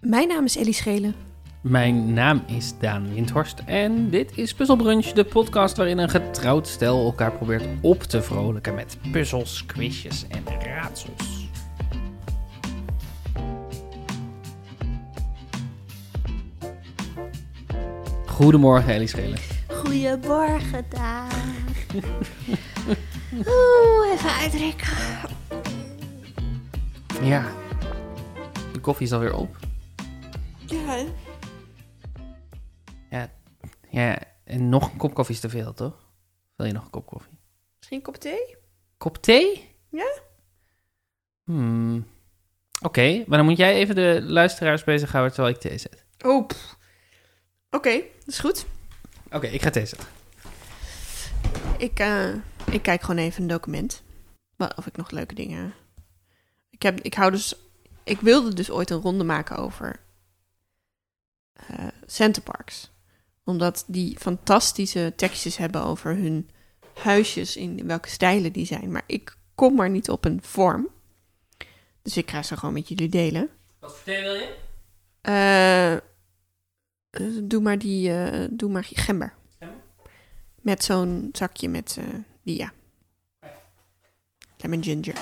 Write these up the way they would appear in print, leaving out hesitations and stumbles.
Mijn naam is Ellie Schelen. Mijn naam is Daan Windhorst en dit is Puzzle Brunch, de podcast waarin een getrouwd stel elkaar probeert op te vrolijken met puzzels, quizjes en raadsels. Goedemorgen, Ellie Schelen. Goedemorgen, Daan. Oeh, even uitrekken. Ja, de koffie is alweer op. Ja, Ja, en nog een kop koffie is te veel, toch? Wil je nog een kop koffie? misschien een kop thee? Kop thee? Ja. Oké, maar dan moet jij even de luisteraars bezighouden terwijl ik thee zet. Oh, Oké, dat is goed. Oké, ik ga thee zetten. Ik kijk gewoon even een document. Of ik nog leuke dingen... Ik wilde dus ooit een ronde maken over Centerparks. Omdat die fantastische tekstjes hebben over hun huisjes, in welke stijlen die zijn. Maar ik kom maar niet op een vorm. Dus ik ga ze gewoon met jullie delen. Wat voor thee wil je? Doe maar gember. Gember? Met zo'n zakje met die, ja. Lemon ginger.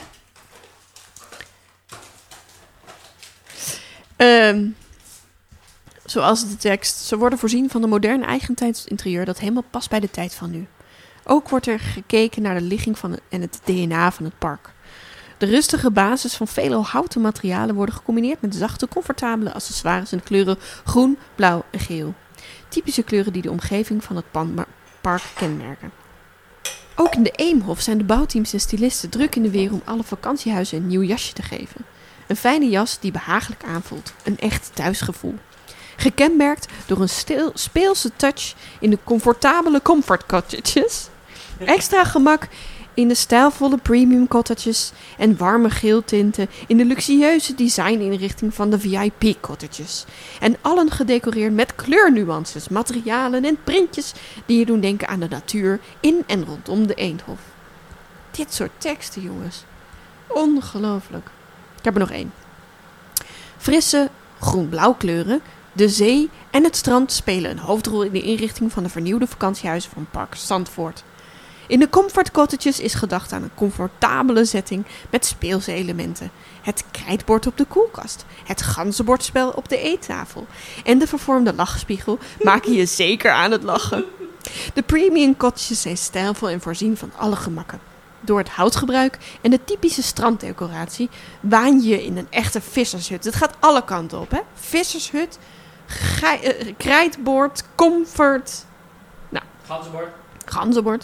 Zoals de tekst. Ze worden voorzien van een modern eigentijds interieur dat helemaal past bij de tijd van nu. Ook wordt er gekeken naar de ligging en het DNA van het park. De rustige basis van vele houten materialen worden gecombineerd met zachte, comfortabele accessoires in de kleuren groen, blauw en geel. Typische kleuren die de omgeving van het park kenmerken. Ook in de Eemhof zijn de bouwteams en stylisten druk in de weer om alle vakantiehuizen een nieuw jasje te geven. Een fijne jas die behagelijk aanvoelt. Een echt thuisgevoel. Gekenmerkt door een speelse touch in de comfortabele comfort cottages. Extra gemak in de stijlvolle premium cottages. En warme geeltinten in de luxueuze designinrichting van de VIP cottages. En allen gedecoreerd met kleurnuances, materialen en printjes die je doen denken aan de natuur in en rondom de Eendhof. Dit soort teksten, jongens. Ongelooflijk. Ik heb er nog één. Frisse groen-blauw kleuren, de zee en het strand spelen een hoofdrol in de inrichting van de vernieuwde vakantiehuizen van Park Zandvoort. In de comfort cottages is gedacht aan een comfortabele setting met speelse elementen. Het krijtbord op de koelkast, het ganzenbordspel op de eettafel en de vervormde lachspiegel maken je zeker aan het lachen. De premium cottages zijn stijlvol en voorzien van alle gemakken. Door het houtgebruik en de typische stranddecoratie waan je in een echte vissershut. Het gaat alle kanten op, hè? Vissershut, krijtbord, comfort. Nou, ganzenbord.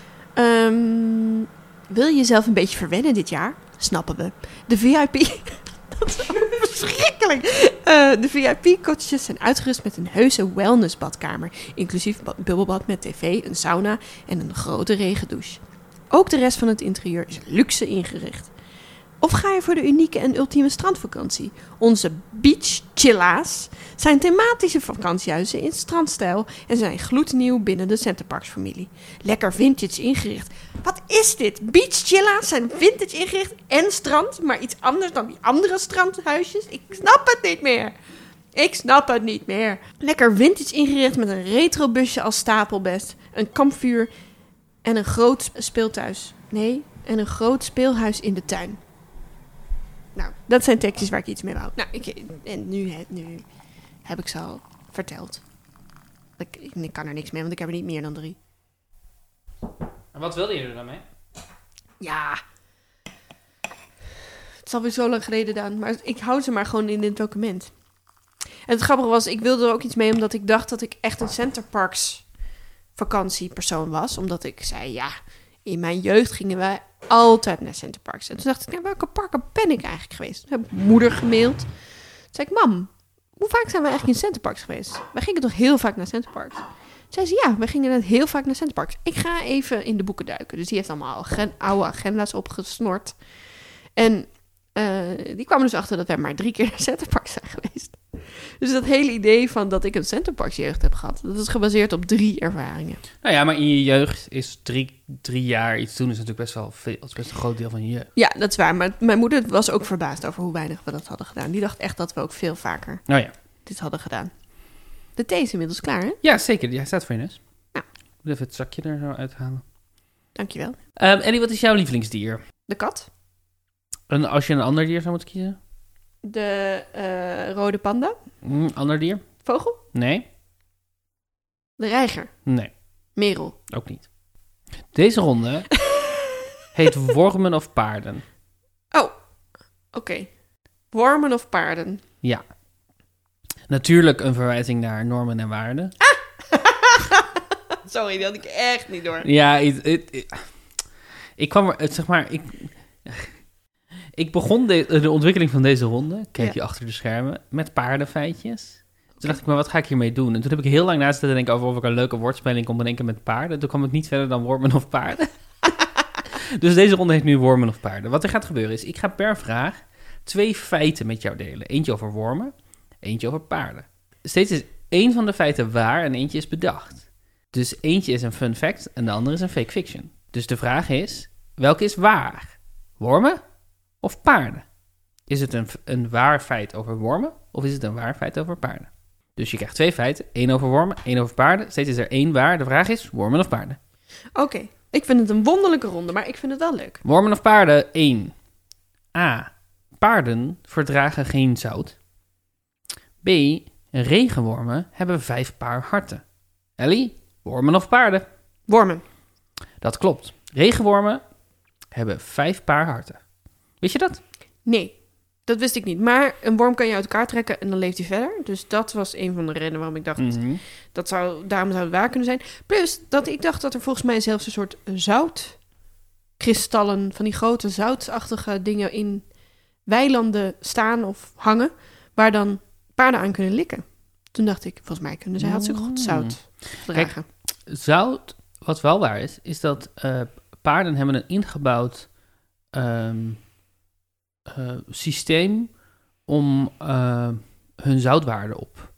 Wil je jezelf een beetje verwennen dit jaar? Snappen we. De VIP... Dat is verschrikkelijk. De VIP-cottages zijn uitgerust met een heuse wellnessbadkamer. Inclusief bubbelbad met tv, een sauna en een grote regendouche. Ook de rest van het interieur is luxe ingericht. Of ga je voor de unieke en ultieme strandvakantie? Onze beach chilla's zijn thematische vakantiehuizen in strandstijl en zijn gloednieuw binnen de Centerparks familie. Lekker vintage ingericht. Wat is dit? Beach chilla's zijn vintage ingericht en strand, maar iets anders dan die andere strandhuisjes? Ik snap het niet meer. Lekker vintage ingericht met een retrobusje als stapelbed, een kampvuur en een groot en een groot speelhuis in de tuin. Nou, dat zijn tekstjes waar ik iets mee wou. Nou, nu heb ik ze al verteld. Ik kan er niks mee, want ik heb er niet meer dan 3. En wat wilde je er dan mee? Ja. Het is alweer zo lang geleden, Daan. Maar ik hou ze maar gewoon in dit document. En het grappige was, ik wilde er ook iets mee omdat ik dacht dat ik echt een Centerparks vakantiepersoon was. Omdat ik zei, ja, in mijn jeugd gingen wij altijd naar Centerparks. En toen dacht ik, nou, welke parken ben ik eigenlijk geweest? Toen heb ik moeder gemaild. Toen zei ik, mam, hoe vaak zijn we eigenlijk in Centerparks geweest? Wij gingen toch heel vaak naar Centerparks? Toen zei ze, ja, we gingen net heel vaak naar Centerparks. Ik ga even in de boeken duiken. Dus die heeft allemaal oude agenda's opgesnord. En die kwamen dus achter dat wij maar 3 keer naar Centerparks zijn geweest. Dus dat hele idee van dat ik een Centerparks-jeugd heb gehad... dat is gebaseerd op 3 ervaringen. Nou ja, maar in je jeugd is 3 jaar iets doen is natuurlijk best wel veel. Dat is best een groot deel van je jeugd. Ja, dat is waar. Maar mijn moeder was ook verbaasd over hoe weinig we dat hadden gedaan. Die dacht echt dat we ook veel vaker dit hadden gedaan. De thee is inmiddels klaar, hè? Ja, zeker. Hij staat voor je neus. Ja. Ik moet even het zakje er zo uithalen. Dankjewel. Ellie, wat is jouw lievelingsdier? De kat. En als je een ander dier zou moeten kiezen? De rode panda. Ander dier? Vogel. Nee. De reiger. Nee. Merel. Ook niet. Deze ronde heet wormen of paarden. Oh, oké. Wormen of paarden? Ja. Natuurlijk een verwijzing naar normen en waarden. Sorry, die had ik echt niet door. Ja, ik kwam er, zeg maar, ik begon de ontwikkeling van deze ronde, kijk je achter de schermen, met paardenfeitjes. Toen dacht ik, maar wat ga ik hiermee doen? En toen heb ik heel lang naast te denken over of ik een leuke woordspeling kon bedenken met paarden. Toen kwam ik niet verder dan wormen of paarden. Dus deze ronde heet nu wormen of paarden. Wat er gaat gebeuren is, ik ga per vraag 2 feiten met jou delen. Eentje over wormen, eentje over paarden. Steeds is 1 van de feiten waar en eentje is bedacht. Dus eentje is een fun fact en de andere is een fake fiction. Dus de vraag is, welke is waar? Wormen of paarden? Is het een waar feit over wormen of is het een waar feit over paarden? Dus je krijgt 2 feiten, 1 over wormen, 1 over paarden. Steeds is er 1 waar. De vraag is, wormen of paarden? Oké, ik vind het een wonderlijke ronde, maar ik vind het wel leuk. Wormen of paarden? 1. A. Paarden verdragen geen zout. B. Regenwormen hebben 5 paar harten. Ellie, wormen of paarden? Wormen. Dat klopt. Regenwormen hebben 5 paar harten. Wist je dat? Nee, dat wist ik niet. Maar een worm kan je uit elkaar trekken en dan leeft hij verder. Dus dat was een van de redenen waarom ik dacht... daarom zou het waar kunnen zijn. Plus dat ik dacht dat er volgens mij zelfs een soort zoutkristallen... van die grote zoutachtige dingen in weilanden staan of hangen... waar dan paarden aan kunnen likken. Toen dacht ik, volgens mij kunnen zij hartstikke goed zout dragen. Kijk, zout, wat wel waar is dat paarden hebben een ingebouwd systeem om hun zoutwaarde op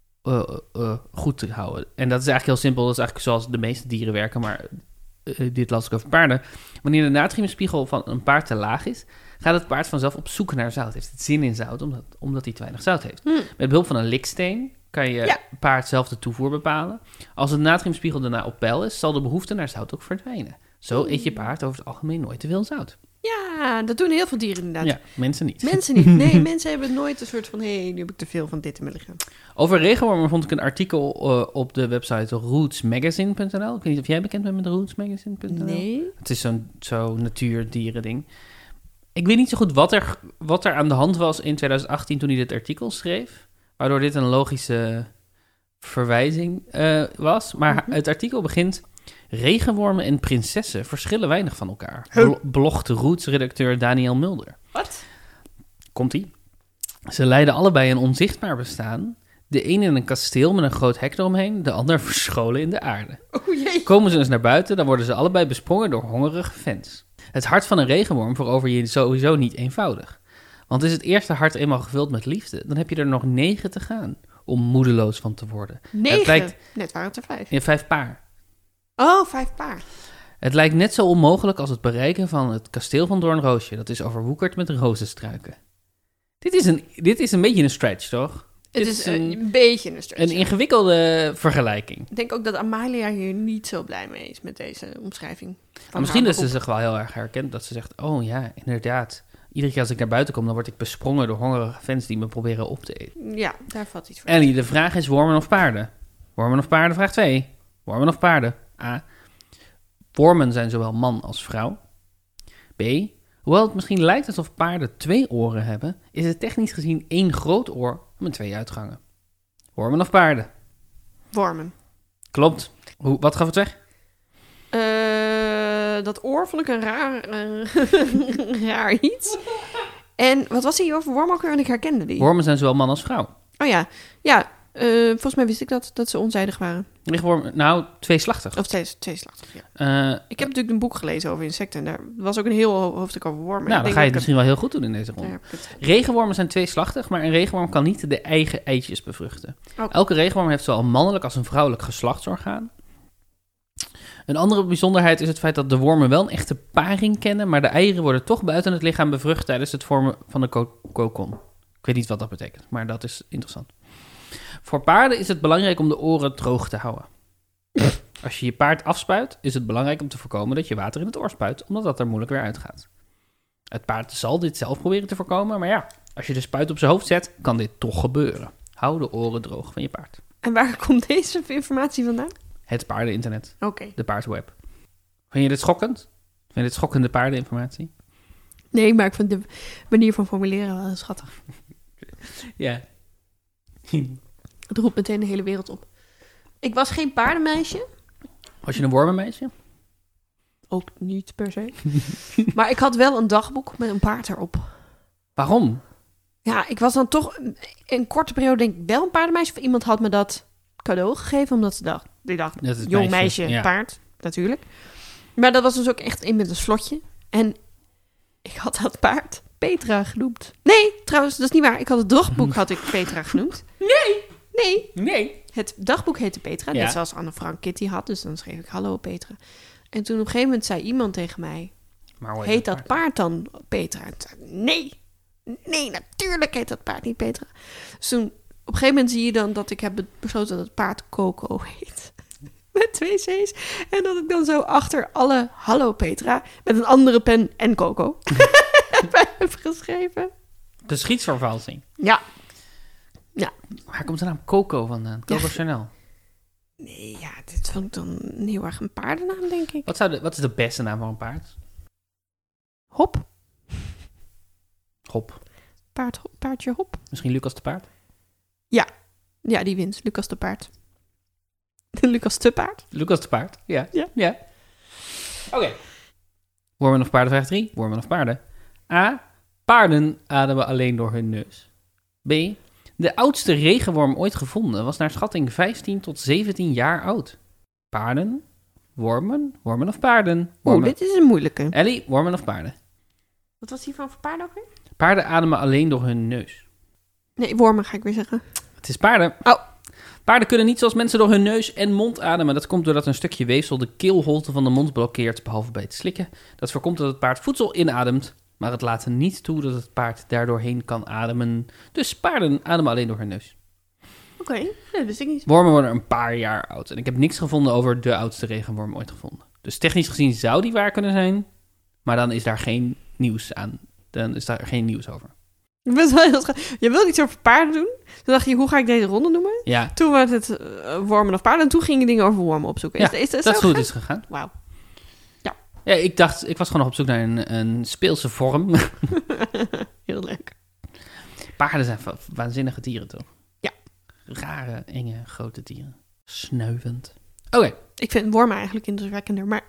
goed te houden. En dat is eigenlijk heel simpel. Dat is eigenlijk zoals de meeste dieren werken, maar dit las ik over paarden. Wanneer de natriumspiegel van een paard te laag is, gaat het paard vanzelf op zoek naar zout. Heeft het zin in zout, omdat hij te weinig zout heeft. Met behulp van een liksteen kan je paard zelf de toevoer bepalen. Als de natriumspiegel daarna op peil is, zal de behoefte naar zout ook verdwijnen. Zo eet je paard over het algemeen nooit te veel zout. Ja, dat doen heel veel dieren inderdaad. Ja, mensen niet. Mensen niet. Nee, mensen hebben nooit een soort van... nu heb ik te veel van dit in mijn lichaam. Over regenwormen vond ik een artikel op de website rootsmagazine.nl. Ik weet niet of jij bekend bent met rootsmagazine.nl? Nee. Het is zo'n natuurdierending. Ik weet niet zo goed wat er aan de hand was in 2018 toen hij dit artikel schreef. Waardoor dit een logische verwijzing was. Maar het artikel begint... Regenwormen en prinsessen verschillen weinig van elkaar. Blogt Roots-redacteur Daniel Mulder. Wat? Komt-ie. Ze leiden allebei een onzichtbaar bestaan. De een in een kasteel met een groot hek eromheen, de ander verscholen in de aarde. Oh jee. Komen ze eens naar buiten, dan worden ze allebei besprongen door hongerige fans. Het hart van een regenworm verover je sowieso niet eenvoudig. Want is het eerste hart eenmaal gevuld met liefde, dan heb je er nog 9 te gaan om moedeloos van te worden. 9? Net waren het er 5. Ja, 5 paar. Oh, 5 paar. Het lijkt net zo onmogelijk als het bereiken van het kasteel van Doornroosje. Dat is overwoekerd met rozenstruiken. Dit is een beetje een stretch, toch? Het is een beetje een stretch. Een ingewikkelde vergelijking. Ik denk ook dat Amalia hier niet zo blij mee is met deze omschrijving. Misschien is ze zich wel heel erg herkend. Dat ze zegt, oh ja, inderdaad. Iedere keer als ik naar buiten kom, dan word ik besprongen door hongerige fans die me proberen op te eten. Ja, daar valt iets voor. Ellie, de vraag is wormen of paarden? Wormen of paarden, vraag 2. Wormen of paarden? A. Wormen zijn zowel man als vrouw. B. Hoewel het misschien lijkt alsof paarden 2 oren hebben, is het technisch gezien 1 groot oor met 2 uitgangen. Wormen of paarden? Wormen. Klopt. Wat gaf het weg? Dat oor vond ik een raar iets. En wat was hier over wormen ook weer? Want ik herkende die. Wormen zijn zowel man als vrouw. Oh ja. Ja, Volgens mij wist ik dat ze onzijdig waren. Regenwormen, tweeslachtig. Of tweeslachtig, ja. Ik heb natuurlijk een boek gelezen over insecten. En daar was ook een heel hoofdstuk over wormen. Nou, dan ga je het misschien wel heel goed doen in deze ronde. Ja, Regenwormen zijn tweeslachtig, maar een regenworm kan niet de eigen eitjes bevruchten. Okay. Elke regenworm heeft zowel een mannelijk als een vrouwelijk geslachtsorgaan. Een andere bijzonderheid is het feit dat de wormen wel een echte paring kennen, maar de eieren worden toch buiten het lichaam bevrucht tijdens het vormen van de kokon. Ik weet niet wat dat betekent, maar dat is interessant. Voor paarden is het belangrijk om de oren droog te houden. Als je je paard afspuit, is het belangrijk om te voorkomen dat je water in het oor spuit, omdat dat er moeilijk weer uitgaat. Het paard zal dit zelf proberen te voorkomen, maar ja, als je de spuit op zijn hoofd zet, kan dit toch gebeuren. Hou de oren droog van je paard. En waar komt deze informatie vandaan? Het paardeninternet. Oké. De paardweb. Vind je dit schokkend? Vind je dit schokkende paardeninformatie? Nee, maar ik vind de manier van formuleren wel schattig. Ja. Het roept meteen de hele wereld op. Ik was geen paardenmeisje. Was je een wormenmeisje? Ook niet per se. Maar ik had wel een dagboek met een paard erop. Waarom? Ja, ik was dan toch een korte periode denk ik wel een paardenmeisje. Of iemand had me dat cadeau gegeven, omdat ze dacht, die dacht, Dat is jong meisje, ja. paard, natuurlijk. Maar dat was dus ook echt in met een slotje. En ik had dat paard Petra genoemd. Nee, trouwens, dat is niet waar. Ik had het dagboek had ik Petra genoemd. Nee. Het dagboek heette Petra, Ja. net zoals Anne Frank Kitty had. Dus dan schreef ik hallo Petra. En toen op een gegeven moment zei iemand tegen mij, Maar hoe heet dat paard dan Petra? En toen zei ik, nee, natuurlijk heet dat paard niet Petra. Dus toen, op een gegeven moment zie je dan dat ik heb besloten dat het paard Coco heet. Met 2 C's. En dat ik dan zo achter alle hallo Petra met een andere pen en Coco heb geschreven. Geschiedsvervalsing. Ja. Waar komt de naam Coco vandaan? Coco Ja. Chanel. Nee, ja, dit vond ik dan heel erg een paardennaam, denk ik. Wat is de beste naam voor een paard? Hop. Hop. Paardje Hop. Misschien Lucas de Paard? Ja, die wint. Lucas de Paard. Lucas de Paard. Lucas de Paard, ja. Ja. Oké. Wormen of paarden, vraag 3. Wormen of paarden? A. Paarden ademen alleen door hun neus. B. De oudste regenworm ooit gevonden was naar schatting 15 tot 17 jaar oud. Paarden, wormen of paarden? Oeh, dit is een moeilijke. Ellie, wormen of paarden? Wat was die van voor paarden ook weer? Paarden ademen alleen door hun neus. Nee, wormen ga ik weer zeggen. Het is paarden. Oh. Paarden kunnen niet zoals mensen door hun neus en mond ademen. Dat komt doordat een stukje weefsel de keelholte van de mond blokkeert, behalve bij het slikken. Dat voorkomt dat het paard voedsel inademt, maar het laat niet toe dat het paard daardoorheen kan ademen. Dus paarden ademen alleen door hun neus. Oké, nee, dat wist ik niet. Wormen worden een paar jaar oud. En ik heb niks gevonden over de oudste regenworm ooit gevonden. Dus technisch gezien zou die waar kunnen zijn, maar dan is daar geen nieuws aan. Dan is daar geen nieuws over. Ik ben wel heel je wilde iets over paarden doen. Toen dacht je, hoe ga ik deze ronde noemen? Ja, Toen werd het wormen of paarden. En toen gingen dingen over wormen opzoeken. Ja, Is dat zo is goed gegaan? is gegaan. Wauw. Ja, ik was gewoon nog op zoek naar een speelse vorm. Heel leuk. Paarden zijn waanzinnige dieren, toch? Ja. Rare, enge, grote dieren. Snuivend. Oké. Ik vind wormen eigenlijk indrukwekkender. Maar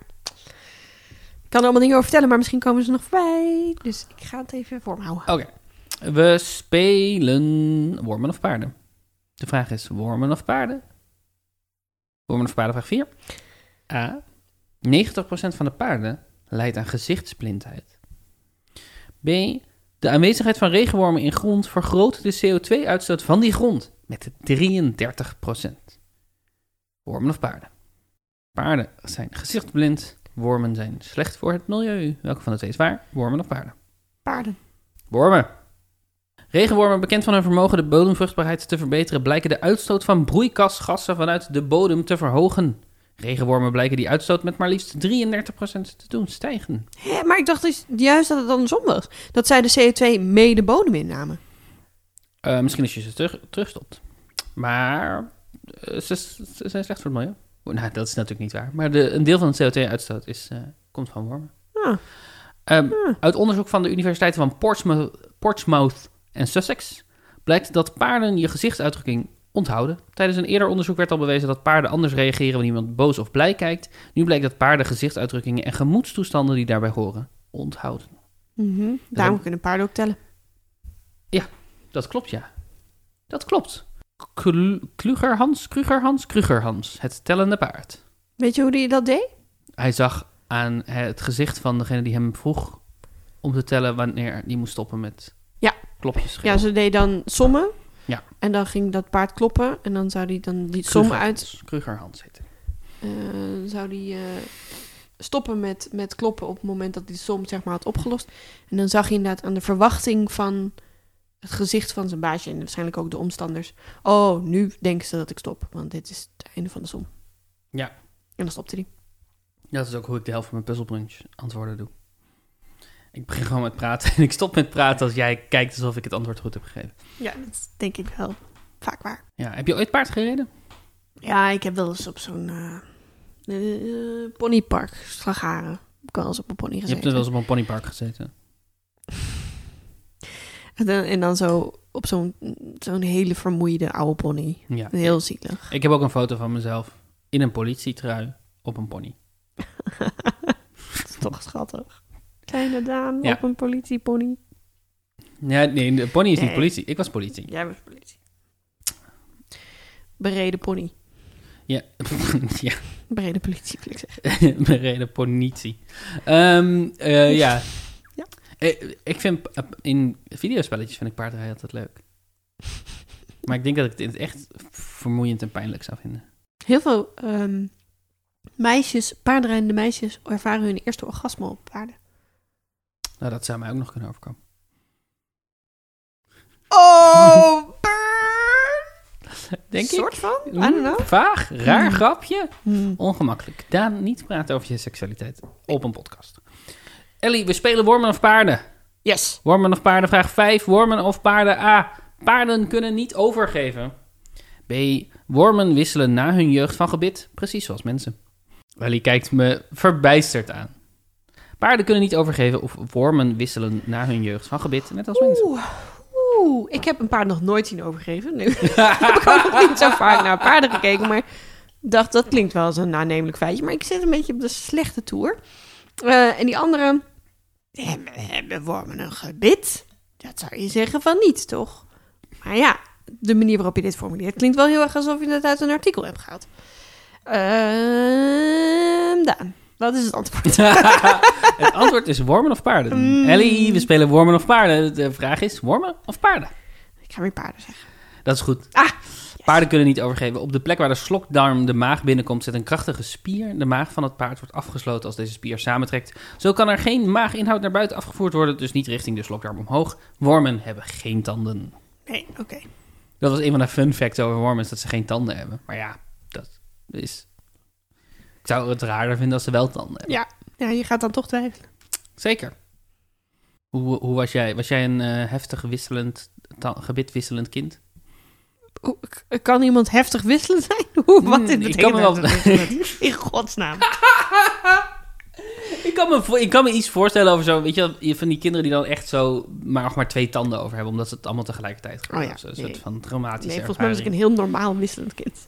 ik kan er allemaal dingen over vertellen. Maar misschien komen ze nog voorbij. Dus ik ga het even voor me houden. Oké. We spelen wormen of paarden. De vraag is wormen of paarden? Wormen of paarden, vraag 4. A. 90% van de paarden lijdt aan gezichtsblindheid. B. De aanwezigheid van regenwormen in grond vergroot de CO2-uitstoot van die grond met 33%. Wormen of paarden? Paarden zijn gezichtsblind. Wormen zijn slecht voor het milieu. Welke van de twee is waar? Wormen of paarden? Paarden. Wormen. Regenwormen, bekend van hun vermogen de bodemvruchtbaarheid te verbeteren, blijken de uitstoot van broeikasgassen vanuit de bodem te verhogen. Regenwormen blijken die uitstoot met maar liefst 33% te doen stijgen. Hé, maar ik dacht dus juist dat het andersom was. Dat zij de CO2 mee de bodem innamen. Misschien als je ze terugstopt. Maar ze zijn slecht voor het milieu. Nou, dat is natuurlijk niet waar. Maar een deel van de CO2-uitstoot komt van wormen. Uit onderzoek van de universiteiten van Portsmouth en Sussex blijkt dat paarden je gezichtsuitdrukking onthouden. Tijdens een eerder onderzoek werd al bewezen dat paarden anders reageren wanneer iemand boos of blij kijkt. Nu blijkt dat paarden gezichtsuitdrukkingen en gemoedstoestanden die daarbij horen onthouden. Daarom kunnen paarden ook tellen. Dat klopt, ja. Dat klopt. Krugerhans, het tellende paard. Weet je hoe hij dat deed? Hij zag aan het gezicht van degene die hem vroeg om te tellen wanneer die moest stoppen met klopjes schreeuwen. Ja, ze deed dan sommen. Ja. En dan ging dat paard kloppen. En dan zou hij dan die som uit... Krugerhans heette. Zou die stoppen met kloppen op het moment dat hij de som zeg maar had opgelost. En dan zag je inderdaad aan de verwachting van het gezicht van zijn baasje en waarschijnlijk ook de omstanders. Oh, nu denken ze dat ik stop, want dit is het einde van de som. Ja. En dan stopte hij. Dat is ook hoe ik de helft van mijn puzzelbrunch antwoorden doe. Ik begin gewoon met praten en ik stop met praten als jij kijkt alsof ik het antwoord goed heb gegeven. Ja, dat is denk ik wel vaak waar. Ja, heb je ooit paard gereden? Ja, ik heb wel eens op zo'n ponypark, Slagharen. Ik heb wel eens op een pony gezeten. Je hebt er wel eens op een ponypark gezeten. En dan zo op zo'n hele vermoeide oude pony. Ja. Heel zielig. Ik heb ook een foto van mezelf in een politietrui op een pony. Dat is toch schattig. Kleine Daan Ja. op een politiepony. Ja, nee, de pony is niet Nee. politie. Ik was politie. Jij was politie. Bereden pony. Ja, ja. Bereden politie, wil ik zeggen. Bereden politie. Ja. Ja. Ik vind in videospelletjes vind ik paardrijden altijd leuk. Maar ik denk dat ik het in het echt vermoeiend en pijnlijk zou vinden. Heel veel paardrijdende meisjes ervaren hun eerste orgasme op paarden. Nou, dat zou mij ook nog kunnen overkomen. Oh, burn! Denk Soort van? I ik? don't know. Vaag, raar grapje. Hmm. Ongemakkelijk. Daan, niet praten over je seksualiteit op een podcast. Ellie, we spelen wormen of paarden? Yes. Wormen of paarden? Vraag 5. Wormen of paarden? A. Paarden kunnen niet overgeven. B. Wormen wisselen na hun jeugd van gebit, precies zoals mensen. Ellie kijkt me verbijsterd aan. Paarden kunnen niet overgeven of wormen wisselen na hun jeugd van gebit, net als mensen. Ik heb een paard nog nooit zien overgeven. Nu heb ik ook nog niet zo vaak naar paarden gekeken, maar dacht, dat klinkt wel als een aannemelijk feitje. Maar ik zit een beetje op de slechte toer. En die andere, hebben wormen een gebit? Dat zou je zeggen van niet, toch? Maar ja, de manier waarop je dit formuleert klinkt wel heel erg alsof je het uit een artikel hebt gehaald. Daan, wat is het antwoord? Het antwoord is wormen of paarden. Ellie, we spelen wormen of paarden. De vraag is wormen of paarden? Ik ga weer paarden zeggen. Dat is goed. Yes. Paarden kunnen niet overgeven. Op de plek waar de slokdarm de maag binnenkomt zit een krachtige spier. De maag van het paard wordt afgesloten als deze spier samentrekt. Zo kan er geen maaginhoud naar buiten afgevoerd worden, dus niet richting de slokdarm omhoog. Wormen hebben geen tanden. Nee, oké. Dat was een van de fun facts over wormen, is dat ze geen tanden hebben. Maar ja, dat is... Ik zou het raarder vinden als ze wel tanden hebben. Ja, je gaat dan toch twijfelen. Zeker. Hoe was jij? Was jij een heftig gebitwisselend kind? Kan iemand heftig wisselen zijn? Wat is ik kan me wel... In godsnaam. Ik kan me iets voorstellen over zo, weet je wel, van die kinderen die dan echt zo maar 2 tanden over hebben, omdat ze het allemaal tegelijkertijd gebeuren. Oh ja, Een soort van traumatische Nee, volgens mij was ik ervaring. een heel normaal wisselend kind.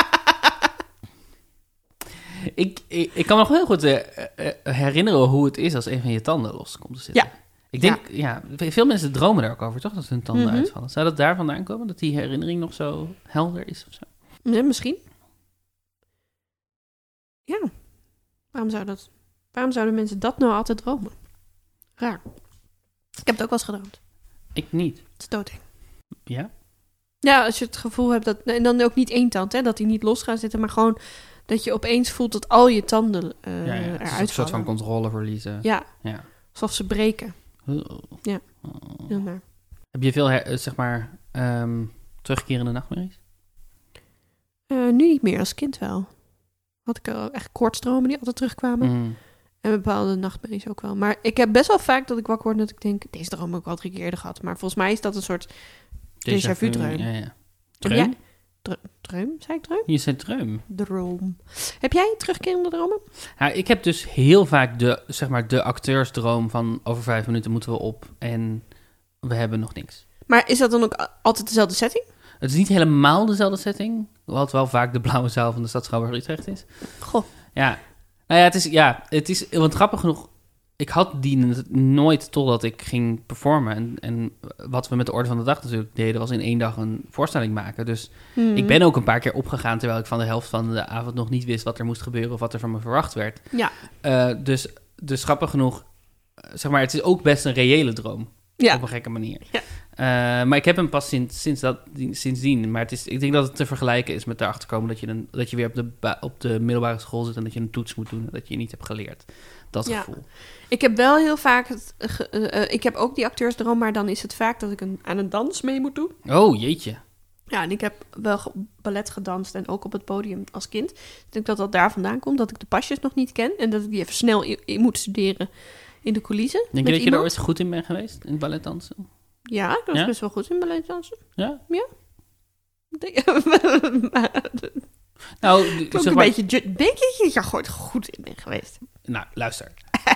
Ik kan me nog heel goed herinneren hoe het is als een van je tanden los komt te zitten. Ja. Ik denk, veel mensen dromen daar ook over, toch? Dat hun tanden Mhm. uitvallen. Zou dat daar vandaan komen? Dat die herinnering nog zo helder is of zo? Ja, misschien. Ja. Waarom zouden mensen dat nou altijd dromen? Raar. Ik heb het ook wel eens gedroomd. Ik niet. Het is doodeng. Ja? Ja, als je het gevoel hebt dat... En dan ook niet één tand, hè. Dat die niet los gaan zitten, maar gewoon... Dat je opeens voelt dat al je tanden Het is eruit een vallen. soort van controle verliezen. Ja. Ja. Alsof ze breken. Ja. Oh. Heel naar. Heb je veel, terugkerende nachtmerries? Nu niet meer, als kind wel. Had ik echt koortsdromen die altijd terugkwamen. Mm. En bepaalde nachtmerries ook wel. Maar ik heb best wel vaak dat ik wakker word en dat ik denk... Deze droom heb ik al 3 keer eerder gehad. Maar volgens mij is dat een soort déjà vu droom. Ja, ja. Heb jij... Droom? Zei ik droom? Je zei droom. Droom. Heb jij terugkerende dromen? Ja, ik heb dus heel vaak de acteursdroom van over 5 minuten moeten we op en we hebben nog niks. Maar is dat dan ook altijd dezelfde setting? Het is niet helemaal dezelfde setting, hoewel het wel vaak de blauwe zaal van de stad Schouwburg Utrecht is. Goh. Ja, nou ja, het is, want grappig genoeg, ik had die nooit totdat ik ging performen. En wat we met de orde van de dag natuurlijk deden, was in 1 dag een voorstelling maken. Dus ik ben ook een paar keer opgegaan, terwijl ik van de helft van de avond nog niet wist wat er moest gebeuren of wat er van me verwacht werd. Ja. Dus grappig genoeg, zeg maar, het is ook best een reële droom. Ja. Op een gekke manier. Ja. Maar ik heb hem pas sindsdien. Maar ik denk dat het te vergelijken is met erachter komen dat je weer op de middelbare school zit en dat je een toets moet doen en dat je niet hebt geleerd. Dat gevoel. Ik heb wel heel vaak ik heb ook die acteursdroom, maar dan is het vaak dat ik aan een dans mee moet doen. Oh, jeetje. Ja, en ik heb wel ballet gedanst en ook op het podium als kind. Ik denk dat dat daar vandaan komt, dat ik de pasjes nog niet ken en dat ik die even snel in moet studeren in de coulissen. Denk je dat je er ooit goed in bent geweest, in balletdansen? Ja, ik was best wel goed in balletdansen. Ja? Ja. Nou, zeg maar, een beetje, denk je dat je er gewoon goed in bent geweest? Nou, luister.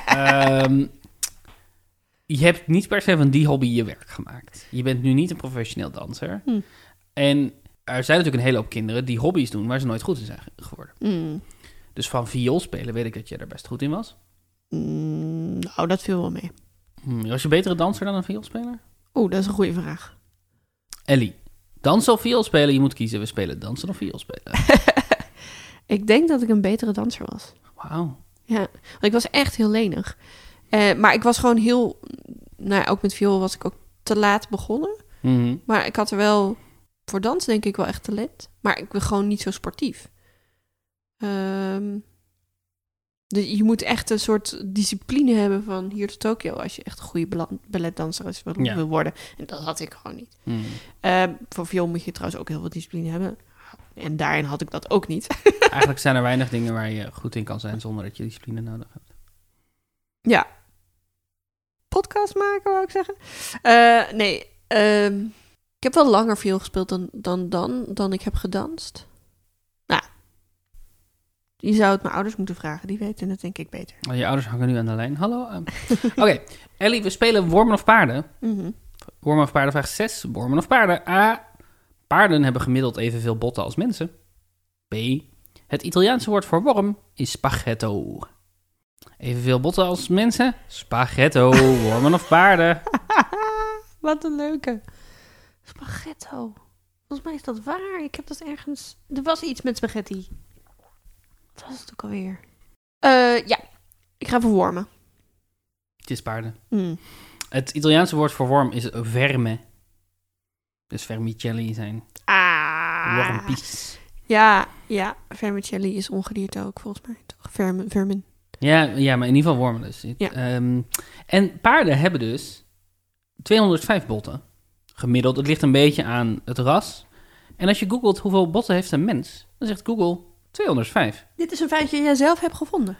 Je hebt niet per se van die hobby je werk gemaakt. Je bent nu niet een professioneel danser. En er zijn natuurlijk een hele hoop kinderen die hobby's doen waar ze nooit goed in zijn geworden. Dus van viool spelen weet ik dat je er best goed in was. Nou, dat viel wel mee. Was je betere danser dan een vioolspeler? Oeh, dat is een goede vraag. Ellie, dansen of viool spelen? Je moet kiezen. We spelen dansen of viool spelen. Ik denk dat ik een betere danser was. Wauw. Ja, want ik was echt heel lenig. Maar ik was gewoon heel... Nou, ook met viool was ik ook te laat begonnen. Mm-hmm. Maar ik had er wel... Voor dans denk ik wel echt talent. Maar ik ben gewoon niet zo sportief. Dus je moet echt een soort discipline hebben van hier tot Tokio... als je echt een goede balletdanser wil worden. En dat had ik gewoon niet. Voor viool moet je trouwens ook heel veel discipline hebben. En daarin had ik dat ook niet. Eigenlijk zijn er weinig dingen waar je goed in kan zijn... zonder dat je discipline nodig hebt. Ja. Podcast maken, wou ik zeggen. Nee, ik heb wel langer viool gespeeld dan ik heb gedanst. Nou, je zou het mijn ouders moeten vragen. Die weten het denk ik beter. Je ouders hangen nu aan de lijn. Hallo. Oké, Ellie, we spelen wormen of paarden. Wormen of paarden, vraag 6. Wormen of paarden. A. Paarden hebben gemiddeld evenveel botten als mensen. B. Het Italiaanse woord voor worm is spaghetto. Evenveel botten als mensen? Spaghetto. Wormen of paarden? Wat een leuke. Spaghetto. Volgens mij is dat waar. Ik heb dat ergens... Er was iets met spaghetti. Wat was het ook alweer? Ja. Ik ga voor wormen. Het is paarden. Het Italiaanse woord voor worm is verme. Dus vermicelli zijn wormpies. Ja. Vermicelli is ongedierte ook, volgens mij. Toch? Vermin. Ja, maar in ieder geval wormen dus. Ja. En paarden hebben dus 205 botten. Gemiddeld. Het ligt een beetje aan het ras. En als je googelt hoeveel botten heeft een mens, dan zegt Google 205. Dit is een feitje dat jij zelf hebt gevonden.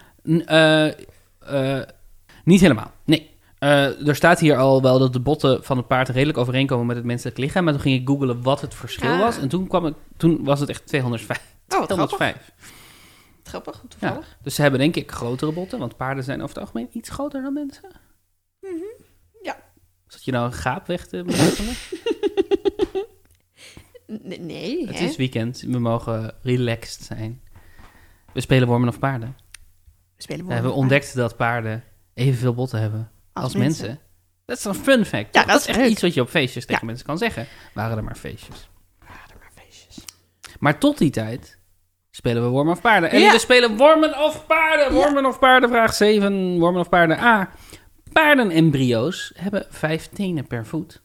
Niet helemaal, nee. Er staat hier al wel dat de botten van het paard redelijk overeenkomen met het menselijk lichaam. Maar toen ging ik googlen wat het verschil was. En toen was het echt 205. Oh, 205. Grappig, toevallig. Ja, dus ze hebben denk ik grotere botten, want paarden zijn over het algemeen iets groter dan mensen. Ja. Zat je nou een gaap weg te berekenen? Nee, Het is weekend, we mogen relaxed zijn. We spelen wormen of paarden. We hebben ontdekt dat paarden evenveel botten hebben als mensen. Dat is een fun fact. Ja, dat is echt iets wat je op feestjes tegen mensen kan zeggen. Waren er maar feestjes. Maar tot die tijd spelen we wormen of paarden. En we spelen wormen of paarden. Wormen of paarden, vraag 7. Wormen of paarden. A. Paardenembryo's hebben 5 tenen per voet.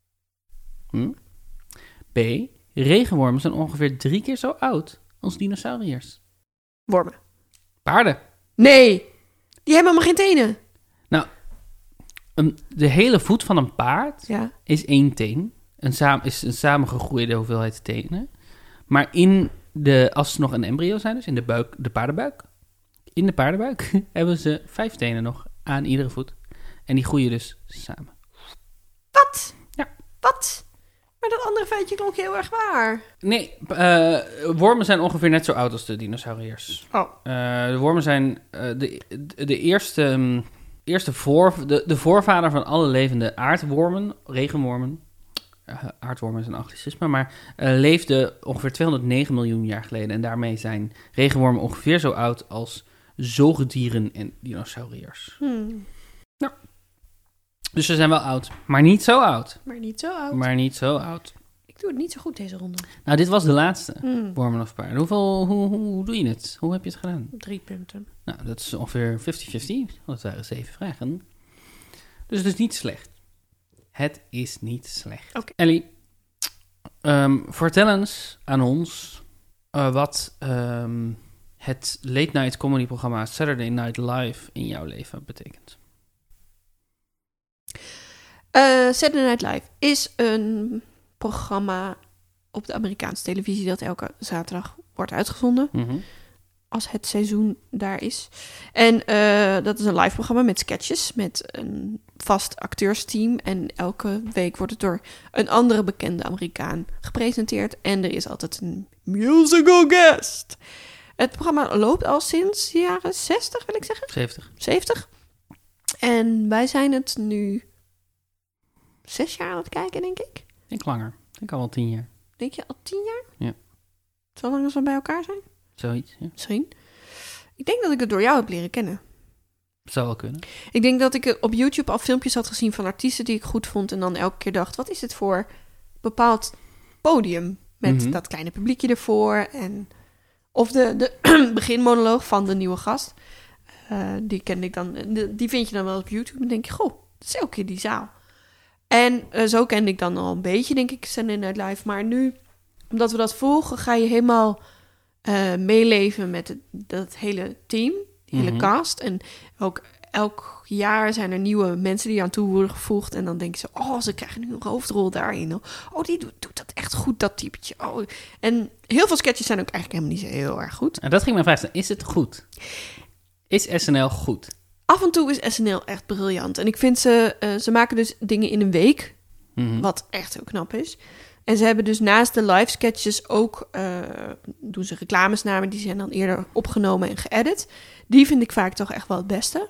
B. Regenwormen zijn ongeveer 3 keer zo oud als dinosauriërs. Wormen. Paarden. Nee, die hebben helemaal geen tenen. Nou, de hele voet van een paard is 1 teen. Is een samengegroeide hoeveelheid tenen. Maar als ze nog een embryo zijn, dus in de paardenbuik. In de paardenbuik hebben ze 5 tenen nog aan iedere voet. En die groeien dus samen. Wat? Ja. Wat? Maar dat andere feitje klonk heel erg waar. Nee, wormen zijn ongeveer net zo oud als de dinosauriërs. De wormen zijn de eerste voorvader van alle levende aardwormen, regenwormen. Aardwormen is een anglicisme, maar leefde ongeveer 209 miljoen jaar geleden. En daarmee zijn regenwormen ongeveer zo oud als zoogdieren en dinosauriërs. Dus ze zijn wel oud. Maar niet zo oud. Maar niet zo oud. Maar niet zo oud. Ik doe het niet zo goed deze ronde. Nou, dit was de laatste. Wormen of paarden. Hoe doe je het? Hoe heb je het gedaan? 3 punten. Nou, dat is ongeveer 50-50. Dat waren 7 vragen. Dus het is niet slecht. Het is niet slecht. Oké. Ellie, vertel eens aan ons wat het late night comedy programma Saturday Night Live in jouw leven betekent. Saturday Night Live is een programma op de Amerikaanse televisie dat elke zaterdag wordt uitgezonden. Als het seizoen daar is. En dat is een live programma met sketches, met een vast acteursteam. En elke week wordt het door een andere bekende Amerikaan gepresenteerd. En er is altijd een musical guest. Het programma loopt al sinds de jaren 60, wil ik zeggen. 70. En wij zijn het nu 6 jaar aan het kijken, denk ik. Ik denk langer. Ik denk al wel 10 jaar. Denk je al 10 jaar? Ja. Zo lang als we bij elkaar zijn? Zoiets, ja. Misschien. Ik denk dat ik het door jou heb leren kennen. Zou wel kunnen. Ik denk dat ik op YouTube al filmpjes had gezien van artiesten die ik goed vond. En dan elke keer dacht, wat is dit voor bepaald podium? Met dat kleine publiekje ervoor. En of de beginmonoloog van de nieuwe gast. Die kende ik dan. Die vind je dan wel op YouTube. En dan denk je, goh, dat is elke keer die zaal. En zo kende ik dan al een beetje, denk ik, Saturday Night Live. Maar nu, omdat we dat volgen, ga je helemaal meeleven met dat hele team. Die hele cast. En ook elk jaar zijn er nieuwe mensen die aan toe worden gevoegd. En dan denk je zo, oh, ze krijgen nu een hoofdrol daarin. Oh, die doet dat echt goed, dat typetje. Oh. En heel veel sketches zijn ook eigenlijk helemaal niet zo heel erg goed. En dat ging mijn vraag zijn. Is het goed? Is SNL goed? Af en toe is SNL echt briljant. En ik vind ze maken dus dingen in een week. Wat echt heel knap is. En ze hebben dus naast de live sketches ook doen ze reclames naar me. Die zijn dan eerder opgenomen en geëdit. Die vind ik vaak toch echt wel het beste.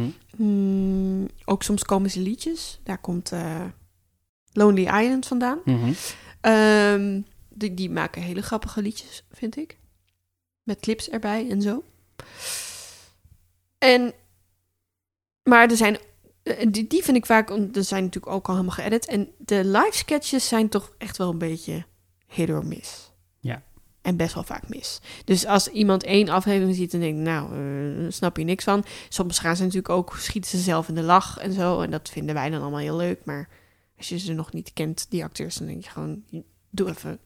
Ook soms komen ze liedjes. Daar komt Lonely Island vandaan. Die maken hele grappige liedjes, vind ik. Met clips erbij en zo. Maar er zijn... Die vind ik vaak... Er zijn natuurlijk ook al helemaal geëdit. En de live sketches zijn toch echt wel een beetje hit or miss. Ja. En best wel vaak mis. Dus als iemand 1 aflevering ziet en denkt... Nou, snap je niks van. Soms gaan ze natuurlijk ook... Schieten ze zelf in de lach en zo. En dat vinden wij dan allemaal heel leuk. Maar als je ze nog niet kent, die acteurs... Dan denk je gewoon... Doe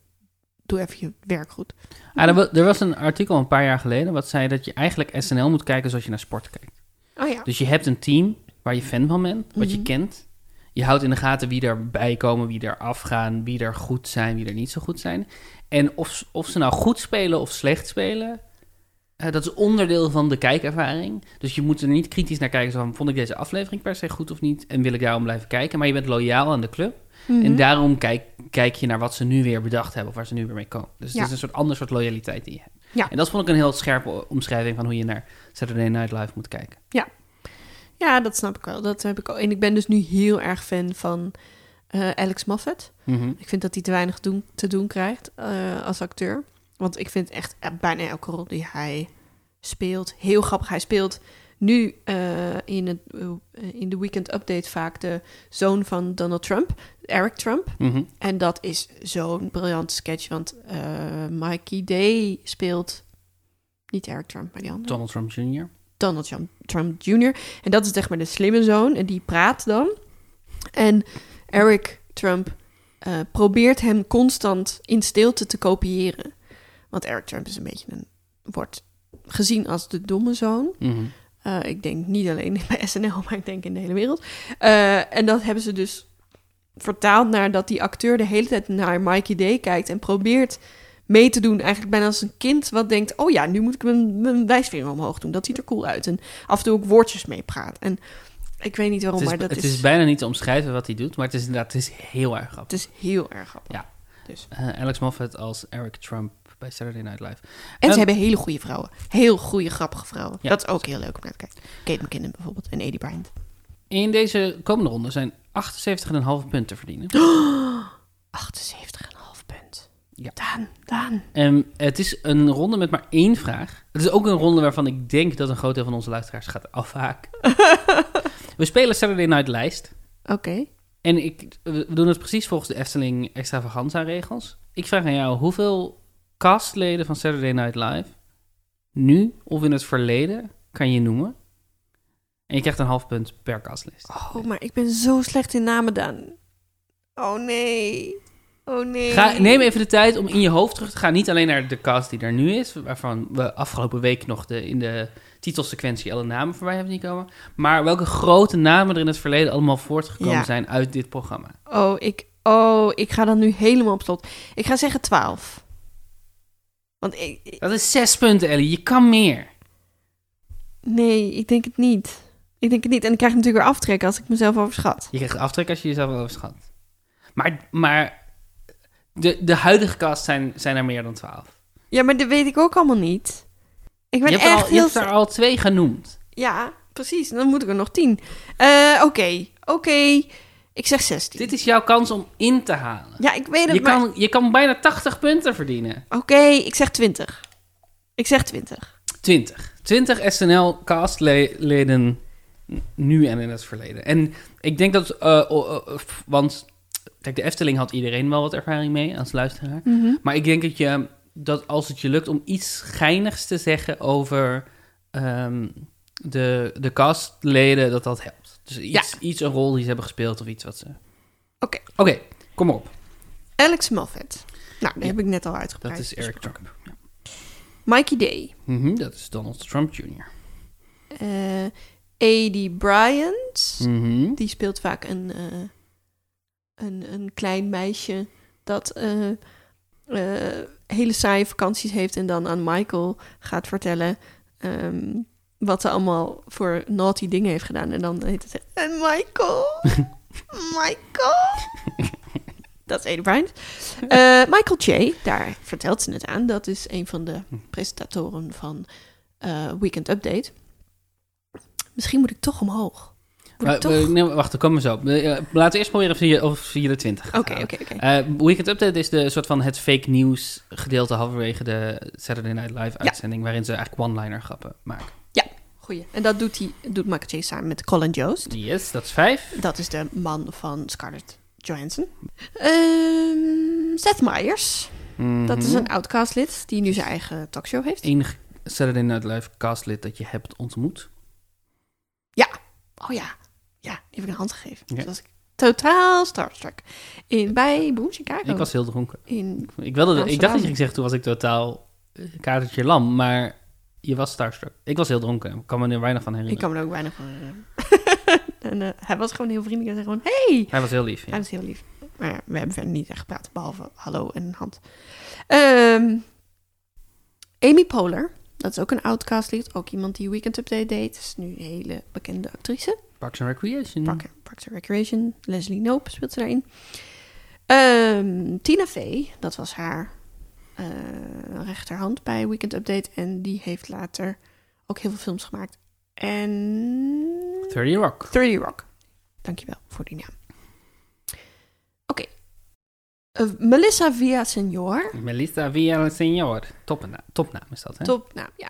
even je werk goed. Er was een artikel een paar jaar geleden... wat zei dat je eigenlijk SNL moet kijken zoals je naar sport kijkt. Oh ja. Dus je hebt een team waar je fan van bent, wat je kent. Je houdt in de gaten wie erbij komen, wie er afgaan, wie er goed zijn, wie er niet zo goed zijn. En of ze nou goed spelen of slecht spelen, dat is onderdeel van de kijkervaring. Dus je moet er niet kritisch naar kijken, zo van, vond ik deze aflevering per se goed of niet? En wil ik daarom blijven kijken? Maar je bent loyaal aan de club. En daarom kijk je naar wat ze nu weer bedacht hebben of waar ze nu weer mee komen. Dus het is een ander soort loyaliteit die je hebt. Ja. En dat vond ik een heel scherpe omschrijving van hoe je naar Saturday Night Live moet kijken. Ja, dat snap ik wel. Dat heb ik ook. En ik ben dus nu heel erg fan van Alex Moffat. Ik vind dat hij te weinig te doen krijgt als acteur. Want ik vind echt bijna elke rol die hij speelt heel grappig. Hij speelt nu in de Weekend Update vaak de zoon van Donald Trump, Eric Trump. En dat is zo'n briljante sketch, want Mikey Day speelt niet Eric Trump, maar die andere. Donald Trump Jr. Donald Trump Jr. En dat is zeg maar de slimme zoon. En die praat dan. En Eric Trump probeert hem constant in stilte te kopiëren. Want Eric Trump is een beetje wordt gezien als de domme zoon. Ik denk niet alleen bij SNL, maar ik denk in de hele wereld. En dat hebben ze dus vertaald naar dat die acteur de hele tijd naar Mikey Day kijkt en probeert mee te doen, eigenlijk bijna als een kind wat denkt, oh ja, nu moet ik mijn wijsvinger omhoog doen. Dat ziet er cool uit. En af en toe ook woordjes meepraat. En ik weet niet waarom, maar dat is... Het is bijna niet te omschrijven wat hij doet, maar het is heel erg grappig. Het is heel erg grappig. Ja. Dus. Alex Moffat als Eric Trump bij Saturday Night Live. En ze hebben hele goede vrouwen. Heel goede, grappige vrouwen. Ja, dat is ook heel leuk om naar te kijken. Kate McKinnon bijvoorbeeld en Eddie Bryant. In deze komende ronde zijn 78,5 punten te verdienen. 78,5 punt. Ja. Daan. Het is een ronde met maar 1 vraag. Het is ook een ronde waarvan ik denk dat een groot deel van onze luisteraars gaat afhaken. We spelen Saturday Night lijst. Oké. En we doen het precies volgens de Efteling Extravaganza regels. Ik vraag aan jou, hoeveel castleden van Saturday Night Live nu of in het verleden kan je noemen? En je krijgt een half punt per castlist. Oh, maar ik ben zo slecht in namen dan. Oh nee. Neem even de tijd om in je hoofd terug te gaan. Niet alleen naar de cast die er nu is, waarvan we afgelopen week nog in de titelsequentie alle namen voorbij hebben zien komen. Maar welke grote namen er in het verleden allemaal voortgekomen zijn uit dit programma. Ik ga dan nu helemaal op slot. Ik ga zeggen 12. Want dat is 6 punten, Ellie. Je kan meer. Nee, ik denk het niet. En ik krijg natuurlijk weer aftrek als ik mezelf overschat. Je krijgt aftrek als je jezelf overschat. Maar de huidige cast zijn er meer dan 12. Ja, maar dat weet ik ook allemaal niet. Je hebt er al 2 genoemd. Ja, precies. Dan moet ik er nog 10. Oké. Ik zeg 16. Dit is jouw kans om in te halen. Ja, ik weet het, je kan bijna 80 punten verdienen. Oké, ik zeg 20. 20 SNL-castleden nu en in het verleden. En ik denk dat... want kijk, de Efteling had iedereen wel wat ervaring mee als luisteraar. Mm-hmm. Maar ik denk dat als het je lukt om iets geinigs te zeggen over de castleden, dat helpt. Dus iets een rol die ze hebben gespeeld of iets wat ze... Oké, kom op. Alex Moffat. Nou, die heb ik net al uitgebreid. Dat is Eric Trump. Ja. Mikey Day. Dat is Donald Trump Jr. A.D. Bryant. Mm-hmm. Die speelt vaak een klein meisje dat hele saaie vakanties heeft en dan aan Michael gaat vertellen wat ze allemaal voor naughty dingen heeft gedaan. En dan heet het en Michael. Dat is A.D. Bryant. Michael Che, daar vertelt ze het aan. Dat is een van de presentatoren van Weekend Update. Misschien moet ik toch omhoog. Nee, wacht, dan komen we zo. Laten we eerst proberen via de 20. Oké. Weekend Update is de soort van het fake news gedeelte halverwege de Saturday Night Live uitzending, waarin ze eigenlijk one-liner grappen maken. Ja, goeie. En dat doet Michael Che samen met Colin Jost. Yes, dat is 5. Dat is de man van Scarlett Johansson. Seth Meyers. Mm-hmm. Dat is een oud-castlid die nu zijn eigen talkshow heeft. Enig Saturday Night Live castlid dat je hebt ontmoet. Ja. Oh ja. Ja, die heb ik een hand gegeven. Ja. Dus was ik totaal starstruck. Bij Boom Chicago. Ik was heel dronken. Ik dacht dat je Amsterdam. ging zeggen, toen was ik totaal katertje lam, maar je was starstruck. Ik was heel dronken. Ik kan me er weinig van herinneren. Ik kan me er ook weinig van herinneren. En hij was gewoon heel vriendelijk en zei gewoon, hey! Hij was heel lief, ja. Hij was heel lief. Maar ja, we hebben verder niet echt gepraat, behalve hallo en een hand. Amy Poehler, dat is ook een oud castlid. Ook iemand die Weekend Update deed. Dat is nu een hele bekende actrice. Parks and Recreation. Parks and Recreation. Leslie Knope speelt ze daarin. Tina Fey, dat was haar rechterhand bij Weekend Update. En die heeft later ook heel veel films gemaakt. En 30 Rock. 30 Rock. Dankjewel voor die naam. Oké. Melissa Villaseñor. Melissa Villaseñor. Topnaam is dat, hè? Topnaam, ja.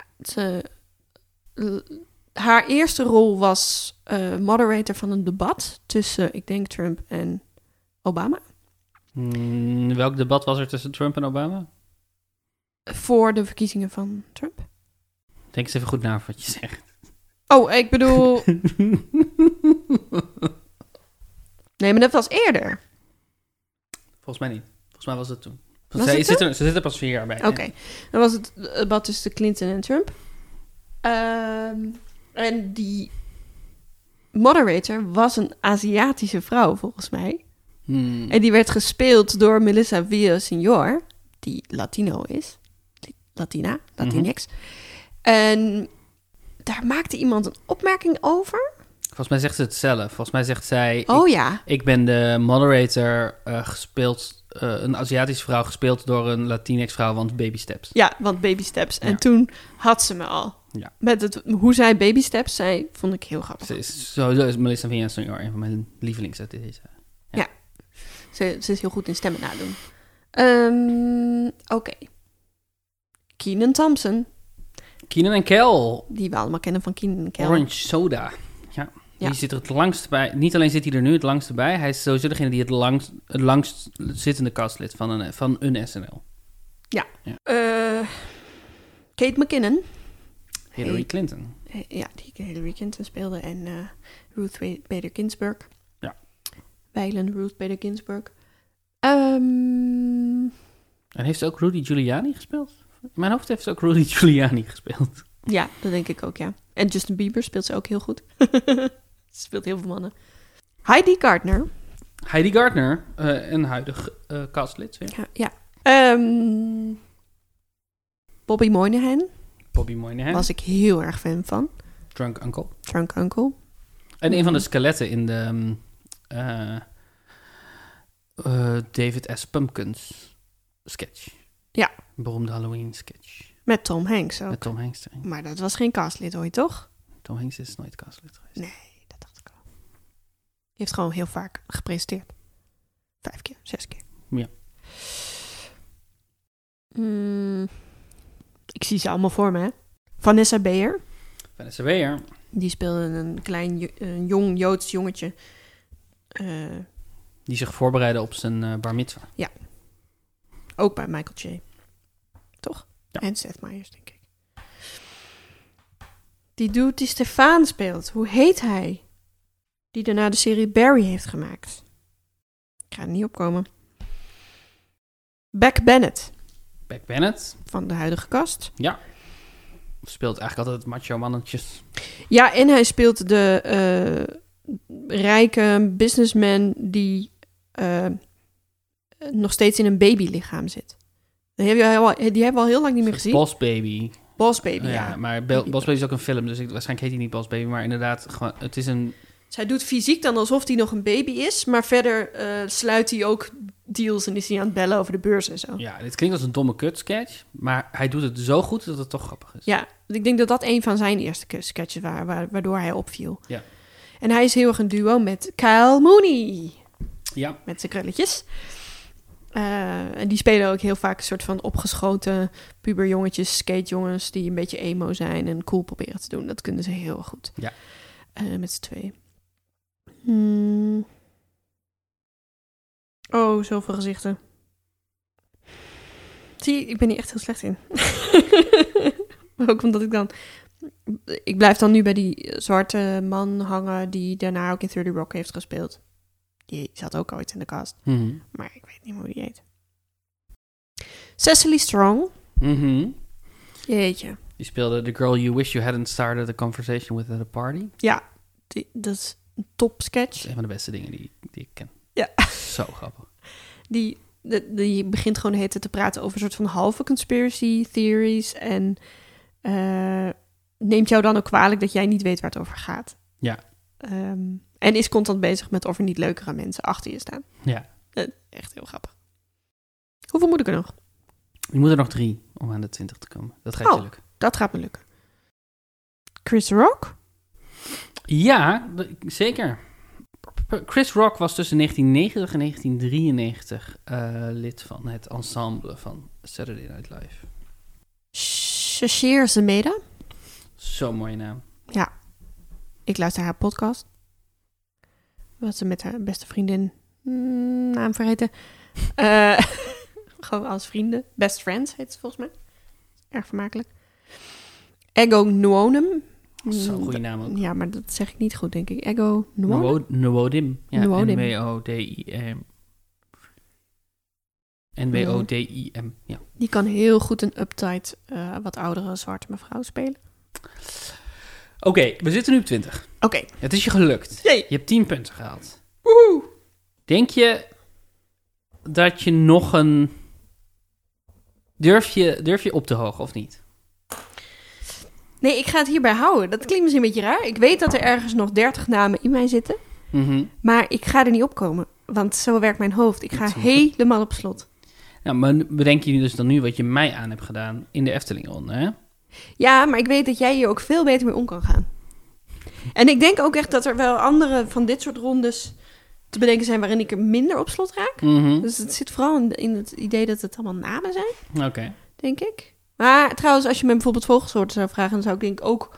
Haar eerste rol was moderator van een debat tussen, ik denk, Trump en Obama. Welk debat was er tussen Trump en Obama? Voor de verkiezingen van Trump. Denk eens even goed na wat je zegt. Oh, ik bedoel... Nee, maar dat was eerder. Volgens mij niet. Volgens mij was het toen. Ze zit er pas 4 jaar bij. Oké. Dan was het debat tussen Clinton en Trump. En die moderator was een Aziatische vrouw, volgens mij. En die werd gespeeld door Melissa Villaseñor, die Latino is. Latinx. En daar maakte iemand een opmerking over. Volgens mij zegt ze het zelf. Volgens mij zegt zij... Ja. Ik ben de moderator gespeeld... een Aziatische vrouw gespeeld door een Latinx vrouw, want baby steps. Ja, want baby steps. En toen had ze me al. Ja. Met hoe zij baby steps zei, vond ik heel grappig. Sowieso is Melissa Villaseñor een van mijn lievelings uit deze. Ja. Ze is heel goed in stemmen nadoen. Oké. Kenan Thompson. Kenan en Kel. Die we allemaal kennen van Kenan en Kel. Orange Soda. Ja. Ja. Die zit er het langst bij. Niet alleen zit hij er nu het langste bij, hij is sowieso degene die het langst zittende castlid van een SNL. Kate McKinnon. Hillary Clinton. Ja, die Hillary Clinton speelde. En Ruth Bader Ginsburg. Ja. Wijlen Ruth Bader Ginsburg. En heeft ze ook Rudy Giuliani gespeeld? In mijn hoofd heeft ze ook Rudy Giuliani gespeeld. Ja, dat denk ik ook, ja. En Justin Bieber speelt ze ook heel goed. Ze speelt heel veel mannen. Heidi Gardner. Heidi Gardner, een huidig castlid. Ja. Ja. Bobby Moynihan. Bobby Moynihan. Was ik heel erg fan van. Drunk Uncle. Drunk Uncle. En een van de skeletten in de David S. Pumpkins sketch. Ja. Een beroemde Halloween sketch. Met Tom Hanks ook. Met Tom Hanks erin. Maar dat was geen castlid ooit, toch? Tom Hanks is nooit castlid geweest. Nee, dat dacht ik al. Die heeft gewoon heel vaak gepresenteerd. 5 keer, 6 keer. Ja. Ik zie ze allemaal voor me, hè. Vanessa Bayer. Vanessa Bayer. Die speelde een klein, jong Joods jongetje. Die zich voorbereidde op zijn bar mitzwa. Ja. Ook bij Michael J. Toch? Ja. En Seth Meyers, denk ik. Die dude die Stefan speelt. Hoe heet hij? Die daarna de serie Barry heeft gemaakt. Ik ga er niet opkomen. Beck Bennett. Beck Bennett. Van de huidige cast. Ja. Speelt eigenlijk altijd macho mannetjes. Ja, en hij speelt de rijke businessman die nog steeds in een babylichaam zit. Die hebben we al heel lang niet meer gezien. Boss Baby. Boss Baby, ja. Maar Boss Baby is ook een film, dus waarschijnlijk heet hij niet Boss Baby, maar inderdaad, gewoon, het is een... Zij doet fysiek dan alsof hij nog een baby is, maar verder sluit hij ook deals en is hij aan het bellen over de beurs en zo. Ja, dit klinkt als een domme kutsketch, maar hij doet het zo goed dat het toch grappig is. Ja, ik denk dat dat een van zijn eerste sketches waardoor hij opviel. Ja. En hij is heel erg een duo met Kyle Mooney. Ja. Met zijn krulletjes. En die spelen ook heel vaak een soort van opgeschoten puberjongetjes, skatejongens die een beetje emo zijn en cool proberen te doen. Dat kunnen ze heel goed. Ja. Met z'n twee. Oh, zoveel gezichten. Zie, ik ben hier echt heel slecht in. Ook omdat ik blijf dan nu bij die zwarte man hangen die daarna ook in 30 Rock heeft gespeeld. Die zat ook ooit in de cast. Mm-hmm. Maar ik weet niet hoe die heet. Cecily Strong. Mm-hmm. Jeetje. Die speelde The Girl You Wish You Hadn't Started a Conversation With at a Party. Ja, dat is een top sketch. Dat is een van de beste dingen die ik ken. Ja. Zo grappig. Die begint gewoon de hele tijd te praten over een soort van halve conspiracy theories. En neemt jou dan ook kwalijk dat jij niet weet waar het over gaat. Ja. En is constant bezig met of er niet leukere mensen achter je staan. Ja. Echt heel grappig. Hoeveel moet ik er nog? Je moet er nog 3 om aan de 20 te komen. Dat gaat je lukken. Dat gaat me lukken. Chris Rock? Ja, zeker. Chris Rock was tussen 1990 en 1993 lid van het ensemble van Saturday Night Live. Shashir Zameda? Zo'n mooie naam. Ja. Ik luister haar podcast. Wat ze met haar beste vriendin naam vergeten. Gewoon als vrienden. Best Friends heet ze volgens mij. Erg vermakelijk. Ego Nwonum. Zo'n goede naam ook. Ja, maar dat zeg ik niet goed, denk ik. Ego Nwonum? Nwodim. Ja, Nwodim. N-W-O-D-I-M. N-W-O-D-I-M, ja. Die kan heel goed een uptight, wat oudere zwarte mevrouw spelen. Oké, we zitten nu op 20. Oké. Het is je gelukt. Yay. Je hebt 10 punten gehaald. Woehoe. Denk je dat je nog een... Durf je op te hogen of niet? Nee, ik ga het hierbij houden. Dat klinkt misschien een beetje raar. Ik weet dat er ergens nog 30 namen in mij zitten. Mm-hmm. Maar ik ga er niet op komen. Want zo werkt mijn hoofd. Ik ga helemaal op slot. Nou, maar bedenk je dus dan nu wat je mij aan hebt gedaan in de Efteling-ronde, hè? Ja, maar ik weet dat jij hier ook veel beter mee om kan gaan. En ik denk ook echt dat er wel andere van dit soort rondes te bedenken zijn waarin ik er minder op slot raak. Mm-hmm. Dus het zit vooral in het idee dat het allemaal namen zijn, Oké. denk ik. Maar trouwens, als je me bijvoorbeeld vogelsoorten zou vragen, dan zou ik denk ik ook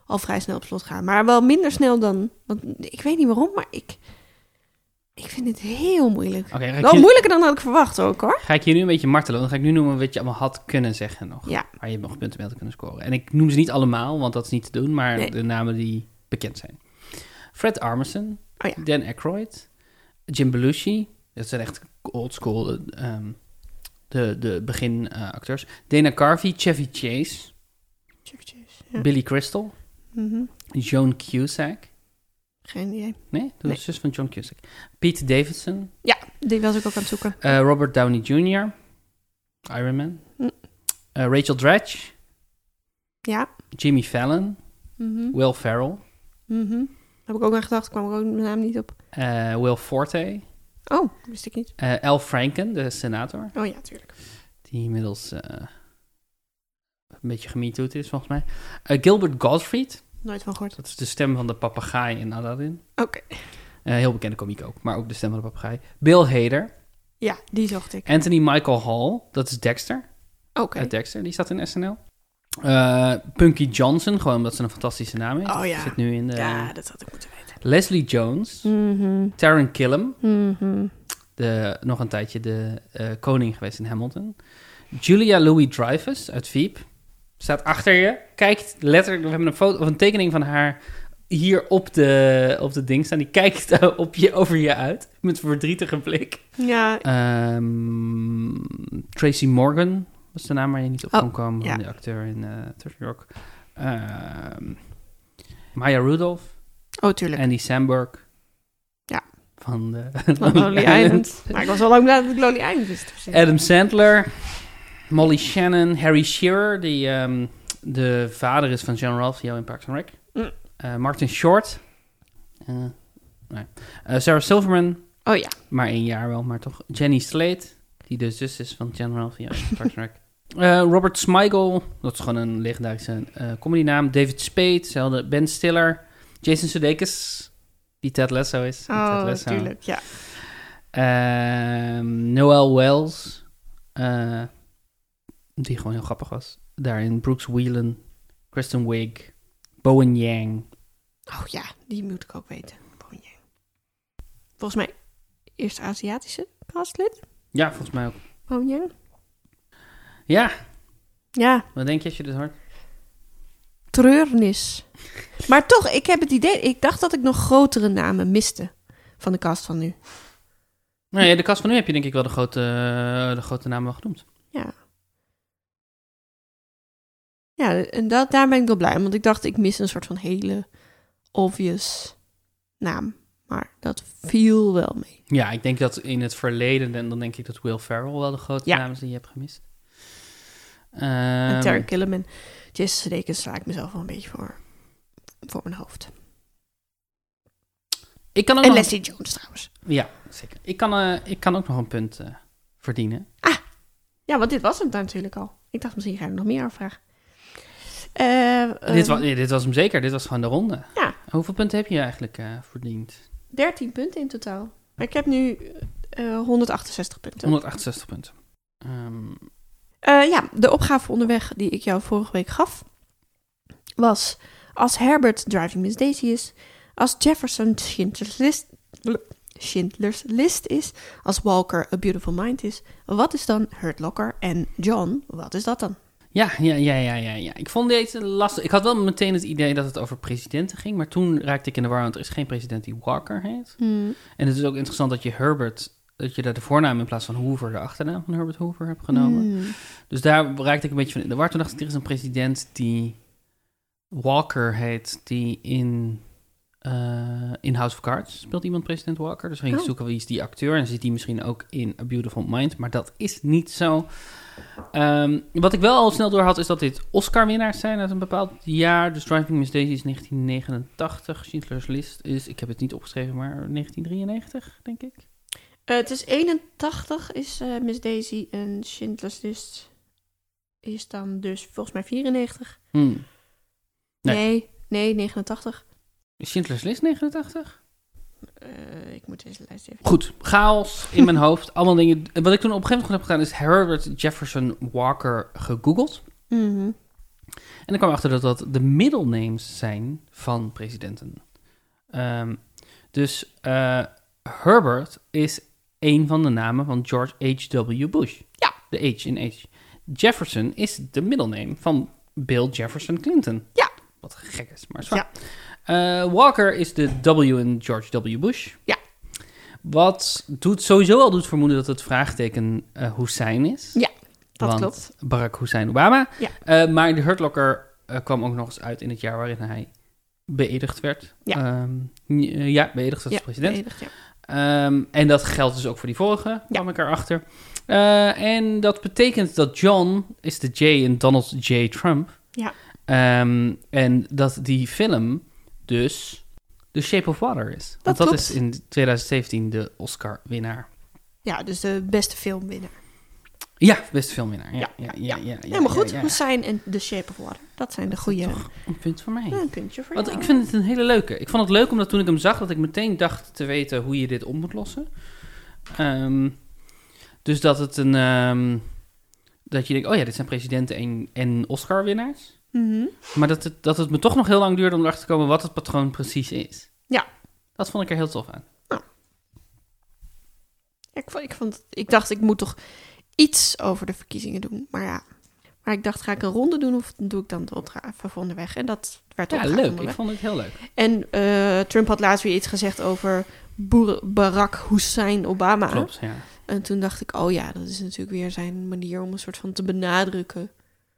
al vrij snel op slot gaan. Maar wel minder snel dan... Want ik weet niet waarom, maar ik vind het heel moeilijk. Okay, wel moeilijker dan had ik verwacht ook, hoor. Ga ik je nu een beetje martelen. Dan ga ik nu noemen wat je allemaal had kunnen zeggen nog. Ja. Waar je nog punten mee had kunnen scoren. En ik noem ze niet allemaal, want dat is niet te doen. Maar de namen die bekend zijn. Fred Armisen. Oh ja. Dan Aykroyd. Jim Belushi. Dat zijn echt old school de beginacteurs. Dana Carvey. Chevy Chase. Ja. Billy Crystal. Mm-hmm. Joan Cusack. Geen idee. Nee? Dat is de zus van John Cusack. Pete Davidson. Ja, die was ik ook aan het zoeken. Robert Downey Jr. Iron Man. Rachel Dratch. Ja. Jimmy Fallon. Mm-hmm. Will Ferrell. Mm-hmm. Heb ik ook aan gedacht, kwam er ook mijn naam niet op. Will Forte. Oh, wist ik niet. Al Franken, de senator. Oh ja, tuurlijk. Die inmiddels een beetje gemetoed is, volgens mij. Gilbert Gottfried. Nooit van gehoord. Dat is de stem van de papegaai in Aladdin. Oké. Heel bekende komiek ook, maar ook de stem van de papegaai. Bill Hader. Ja, die zocht ik. Anthony Michael Hall, dat is Dexter. Oké. Dexter, die staat in SNL. Punky Johnson, gewoon omdat ze een fantastische naam heeft. Oh ja. Zit nu in de... Ja, dat had ik moeten weten. Leslie Jones. Mm-hmm. Taron Killam. Mm-hmm. Nog een tijdje de koning geweest in Hamilton. Julia Louis-Dreyfus uit Veep. Staat achter je. Kijkt letterlijk, we hebben een foto of een tekening van haar hier op de ding staan. Die kijkt over je uit met een verdrietige blik. Ja. Tracy Morgan was de naam waar je niet op kon komen. Ja. De acteur in 30 Rock. Maya Rudolph. Oh, tuurlijk. Andy Samberg. Ja. Van Lonely Island. Maar ik was al lang blij dat ik Lonely Island wist. Adam Sandler. Molly Shannon. Harry Shearer, die de vader is van John Ralphio in Parks and Rec. Martin Short. Sarah Silverman. Oh ja. Maar 1 jaar wel, maar toch. Jenny Slate, die de zus is van John Ralphio in Parks and Rec. Robert Smigel, dat is gewoon een legendarische comedynaam. David Spade, hetzelfde. Ben Stiller. Jason Sudeikis, die Ted Lasso is. Oh, natuurlijk, ja. Noel Wells, die gewoon heel grappig was. Daarin Brooks Wheelan, Kristen Wiig, Bowen Yang. Oh ja, die moet ik ook weten. Bowen Yang. Volgens mij eerst Aziatische castlid. Ja, volgens mij ook. Bowen Yang. Ja. Ja. Wat denk je als je dit hoort? Treurnis. Maar toch, ik heb het idee... Ik dacht dat ik nog grotere namen miste van de cast van nu. Nee, de cast van nu heb je denk ik wel de grote namen wel genoemd. Ja. Ja, en daar ben ik wel blij om. Want ik dacht, ik mis een soort van hele obvious naam. Maar dat viel wel mee. Ja, ik denk dat in het verleden... dan denk ik dat Will Ferrell wel de grote naam is die je hebt gemist. En Taron Killam en Jason Sudeikis sla ik mezelf wel een beetje voor mijn hoofd. En Leslie Jones trouwens. Ja, zeker. Ik kan ook nog een punt verdienen. Ja, want dit was het natuurlijk al. Ik dacht, misschien ga ik nog meer afvragen. Dit was hem zeker. Dit was gewoon de ronde. Ja. Hoeveel punten heb je eigenlijk verdiend? 13 punten in totaal. Maar ik heb nu 168 punten. 168 punten. Ja, de opgave onderweg die ik jou vorige week gaf... was als Herbert Driving Miss Daisy is... als Jefferson Schindler's List is... als Walker A Beautiful Mind is... wat is dan Hurt Locker? En John, wat is dat dan? Ja. Ik vond deze lastig. Ik had wel meteen het idee dat het over presidenten ging... maar toen raakte ik in de war, want er is geen president die Walker heet. En het is ook interessant dat je Herbert... dat je daar de voornaam in plaats van Hoover... de achternaam van Herbert Hoover hebt genomen. Dus daar raakte ik een beetje van in de war. Toen dacht ik, er is een president die Walker heet... die in House of Cards speelt iemand president Walker. Dus ging ik zoeken wie is die acteur... en zit die misschien ook in A Beautiful Mind... maar dat is niet zo... wat ik wel al snel door had, is dat dit Oscar-winnaars zijn uit een bepaald jaar. Dus Driving Miss Daisy is 1989. Schindler's List is, ik heb het niet opgeschreven, maar 1993, denk ik. Het is 81 is Miss Daisy en Schindler's List is dan dus volgens mij 94. Nee, 89. Is Schindler's List 89? Ik moet deze lijst even... Goed, chaos in mijn hoofd. Allemaal dingen. Wat ik toen op een gegeven moment heb gedaan is Herbert Jefferson Walker gegoogeld. En ik kwam achter dat dat de middle names zijn van presidenten. Dus Herbert is een van de namen van George H.W. Bush. Ja. De H in H. Jefferson is de middle name van Bill Jefferson Clinton. Ja. Wat gek is, maar zwaar. Ja. Walker is de W in George W. Bush. Ja. Wat sowieso al doet vermoeden dat het vraagteken Hussein is. Ja, dat Want klopt. Barack Hussein Obama. Ja. Maar de Hurt Locker kwam ook nog eens uit in het jaar waarin hij beëdigd werd. Ja. Beëdigd als president. Beëdigd, ja. En dat geldt dus ook voor die vorige, kwam ik erachter. En dat betekent dat John is de J in Donald J. Trump. Ja. En dat die film dus The Shape of Water is. Want dat klopt. is in 2017 de Oscar-winnaar. Ja, dus de beste filmwinnaar. Ja, beste filmwinnaar. Ja. Helemaal goed. Hussein en The Shape of Water. Dat zijn de goede... Een punt voor mij. Ja, een puntje voor Want jou. ik vind het een hele leuke. Ik vond het leuk omdat toen ik hem zag, dat ik meteen dacht te weten hoe je dit op moet lossen. Dus dat het dat je denkt, oh ja, dit zijn presidenten en Oscar-winnaars. Mhm. Maar dat het me toch nog heel lang duurde om erachter te komen wat het patroon precies is. Ja. Dat vond ik er heel tof aan. Ik dacht, ik moet toch iets over de verkiezingen doen. Maar ja. Maar ik dacht, ga ik een ronde doen of doe ik dan de opgave van onderweg? En dat werd Ja, opgave leuk. onderweg. Ik vond het heel leuk. En Trump had laatst weer iets gezegd over Barack Hussein Obama. Klopt, ja. En toen dacht ik, oh ja, dat is natuurlijk weer zijn manier om een soort van te benadrukken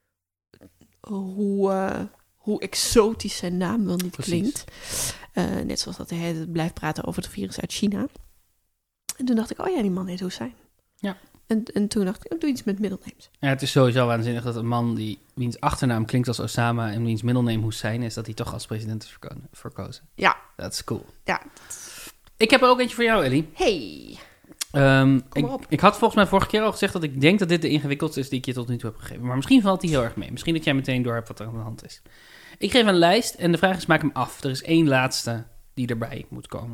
hoe exotisch zijn naam wel niet Precies. klinkt. Net zoals dat hij blijft praten over het virus uit China. En toen dacht ik, oh ja, die man heet Hussein. Ja. En toen dacht ik, doe iets met middelnames. Ja, het is sowieso waanzinnig dat een man wiens achternaam klinkt als Osama en wiens middelnaam Hussein is, dat hij toch als president is verkozen. Ja. Dat is cool. Ja. Ik heb er ook eentje voor jou, Ellie. Hey. Ik op. had volgens mij vorige keer al gezegd dat ik denk dat dit de ingewikkeldste is die ik je tot nu toe heb gegeven. Maar misschien valt die heel erg mee. Misschien dat jij meteen door hebt wat er aan de hand is. Ik geef een lijst en de vraag is, maak hem af. Er is één laatste die erbij moet komen.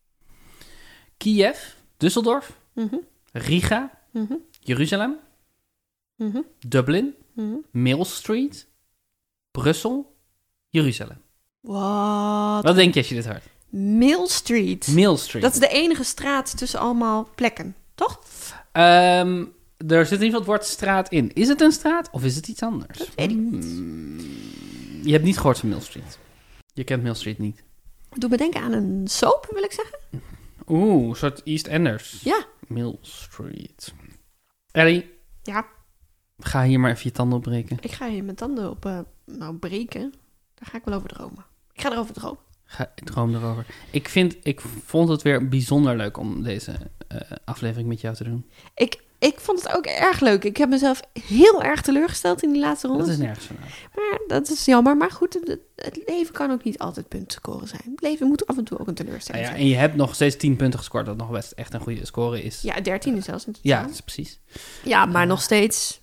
Kiev, Düsseldorf, Mhm. Riga, Mhm. Jeruzalem, Mhm. Dublin, Mhm. Mill Street, Brussel, Jeruzalem. Wat Wat denk je als je dit hoort? Mill Street. Mill Street. Dat is de enige straat tussen allemaal plekken, toch? Er zit in ieder geval het woord straat in. Is het een straat of is het iets anders? Dat weet ik niet. Je hebt niet gehoord van Mill Street. Je kent Mill Street niet. Doe me denken aan een soap, wil ik zeggen. Oeh, een soort EastEnders. Ja. Mill Street. Ellie, Ja, ga hier maar even je tanden opbreken. ik ga hier mijn tanden op breken. Daar ga ik wel over dromen. Ik ga erover dromen. Droom erover. Ik vond het weer bijzonder leuk om deze aflevering met jou te doen. Ik vond het ook erg leuk. Ik heb mezelf heel erg teleurgesteld in die laatste ronde. Dat is nergens van. Maar dat is jammer. Maar goed, het leven kan ook niet altijd puntscoren zijn. Het leven moet af en toe ook een teleurstelling zijn. En je hebt nog steeds 10 punten gescoord, dat nog best echt een goede score is. Ja, 13 zelfs. In Ja, totaal. dat is precies. Ja, maar nog steeds.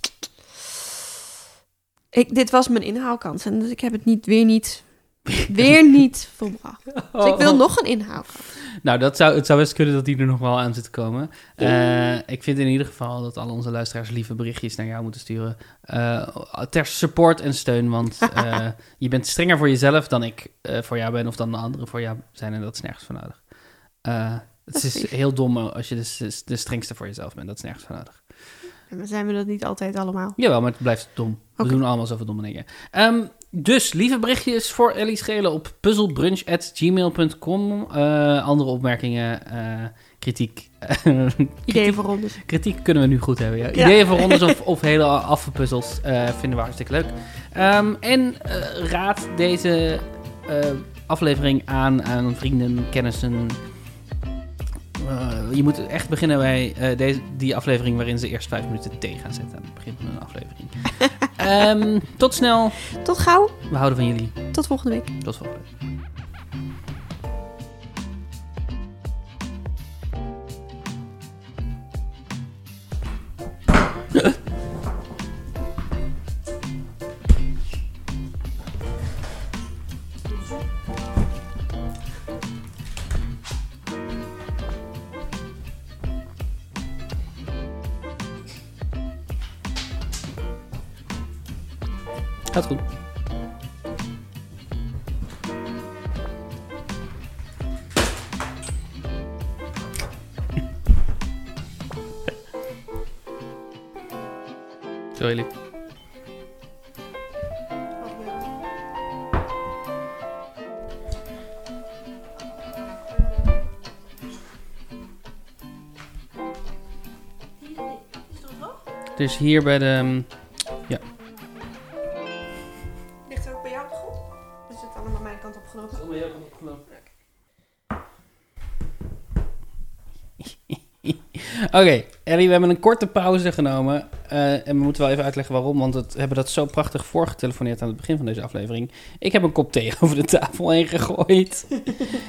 Dit was mijn inhaalkans. En dus ik heb het weer niet volbracht. Dus ik wil nog een inhaalkans. Nou, het zou best kunnen dat die er nog wel aan zit te komen. Ik vind in ieder geval dat alle onze luisteraars lieve berichtjes naar jou moeten sturen. Ter support en steun, want je bent strenger voor jezelf dan ik voor jou ben of dan de anderen voor jou zijn. En dat is nergens voor nodig. Het is heel dom als je de strengste voor jezelf bent. Dat is nergens voor nodig. En zijn we dat niet altijd allemaal? Jawel, maar het blijft dom. We Oké. doen allemaal zoveel domme dingen. Dus lieve berichtjes voor Ellie Schelen op puzzelbrunch@gmail.com. Andere opmerkingen, kritiek. Ideeën voor rondes. Kritiek kunnen we nu goed hebben. Ja. Ja. Ideeën voor rondes of hele afpuzzels vinden we hartstikke leuk. En raad deze aflevering aan vrienden, kennissen. Je moet echt beginnen bij die aflevering waarin ze eerst 5 minuten thee gaan zetten aan het begin van een aflevering. Tot snel. Tot gauw. We houden van jullie. Tot volgende week. Tot volgende week. Gaat goed. Zo, heel lief. Dus hier bij de... ja. Ligt het ook bij jou op de grond? Of is het allemaal aan mijn kant opgenomen? Oké, Ellie, we hebben een korte pauze genomen. En we moeten wel even uitleggen waarom, want we hebben dat zo prachtig voorgetelefoneerd aan het begin van deze aflevering. Ik heb een kop thee over de tafel heen gegooid.